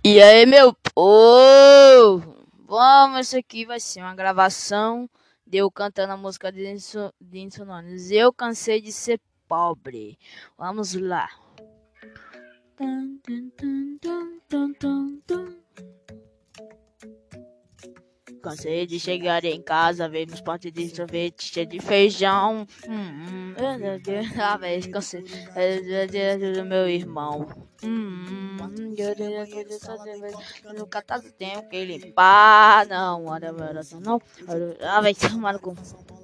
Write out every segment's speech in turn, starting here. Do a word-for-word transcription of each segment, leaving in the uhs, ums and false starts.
E aí, meu povo? Vamos, isso aqui vai ser uma gravação de eu cantando a música de Inso- de Insonones. Eu cansei de ser pobre. Vamos lá. Tum, tum, tum, tum, tum, tum, tum. Cansei de chegar em casa, ver meus potes de sorvete cheio de feijão. Hum, hum, a vez cansei do meu irmão. Hum, hum, no catarro tenho que limpar. Não, olha, não. A vez tomando com.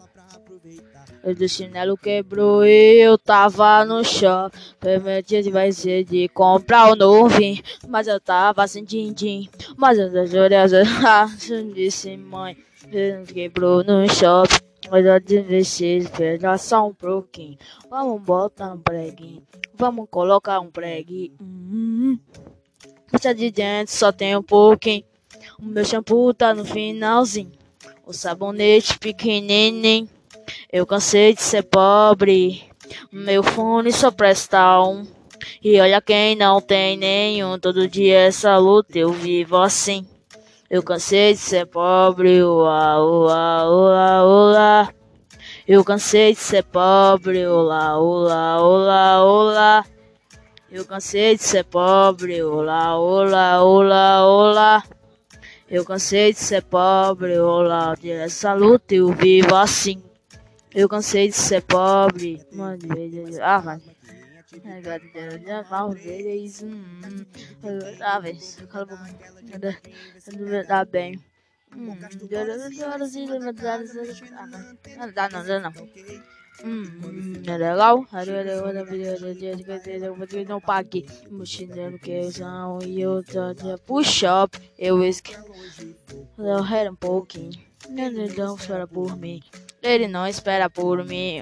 O chinelo quebrou e eu tava no shopping. Prometi vai ser de comprar o novinho, mas eu tava sem din-din. Mas eu disse, mãe, quebrou no shopping. Mas eu disse, espera só um pouquinho. Vamos botar um preguinho, vamos colocar um preguinho. Hum, Puxa de dentro, só tem um pouquinho. O meu shampoo tá no finalzinho. O sabonete pequenininho. Eu cansei de ser pobre, meu fone só presta um. E olha quem não tem nenhum, todo dia essa luta eu vivo assim. Eu cansei de ser pobre, uá, uá, uá, uá. Eu cansei de ser pobre, olá, olá, olá, olá. Eu cansei de ser pobre, olá, olá, olá, olá. Eu cansei de ser pobre, olá, essa luta eu vivo assim. Eu cansei de ser pobre. Mano, ah, vai. Ah, velho. Cala a boca. Tá bem. Hum, ah, dá não, dá não. Hum, é legal. Eu não paguei meu chinelo que são e eu tô pro shop. Eu esqueci. Eu era um pouquinho. Ele não espera por mim. Ele não espera por mim.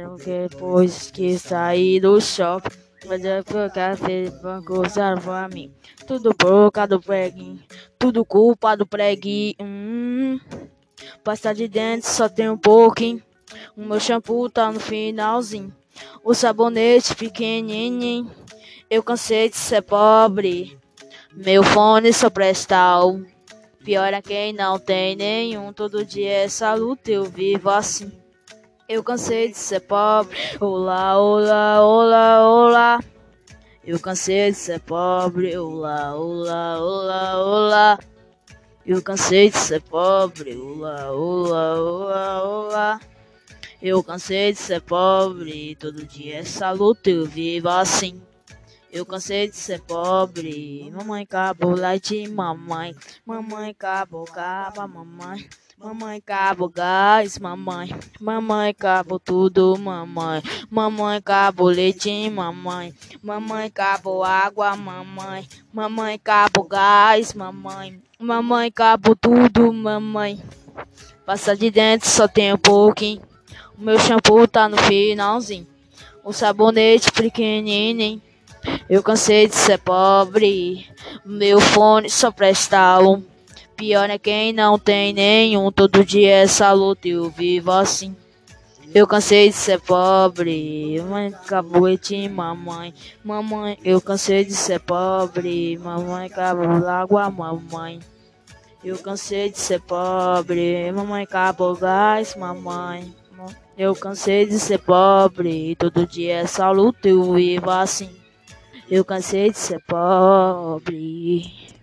Depois que saí do shopping, mas é porque eu quero ser banco pra mim. Tudo por causa do preguinho. Tudo culpa do preguinho. Hum, pasta de dente só tem um pouquinho. O meu shampoo tá no finalzinho. O sabonete pequenininho. Eu cansei de ser pobre. Meu fone só presta um. Pior é quem não tem nenhum. Todo dia essa luta eu vivo assim. Eu cansei de ser pobre. Olá, olá, olá, olá. Eu cansei de ser pobre. Olá, olá, olá, olá. Eu cansei de ser pobre. Olá, olá, olá, olá. Eu cansei de ser pobre. Todo dia essa luta eu vivo assim. Eu cansei de ser pobre. Mamãe acabou leite, mamãe. Mamãe acabou caba, mamãe. Mamãe acabou gás, mamãe. Mamãe acabou tudo, mamãe. Mamãe acabou leite, mamãe. Mamãe acabou água, mamãe. Mamãe acabou gás, mamãe. Mamãe acabou tudo, mamãe. Passa de dente, só tem um pouquinho. O meu shampoo tá no finalzinho. O sabonete pequenininho. Eu cansei de ser pobre, meu fone só presta um. Pior é quem não tem nenhum, todo dia essa luta eu vivo assim. Eu cansei de ser pobre, mãe acabou de mamãe. Mamãe, eu cansei de ser pobre, mamãe acabou água, mamãe. Eu cansei de ser pobre, mamãe acabou gás, mamãe. Eu cansei de ser pobre, todo dia essa luta eu vivo assim. Eu cansei de ser pobre.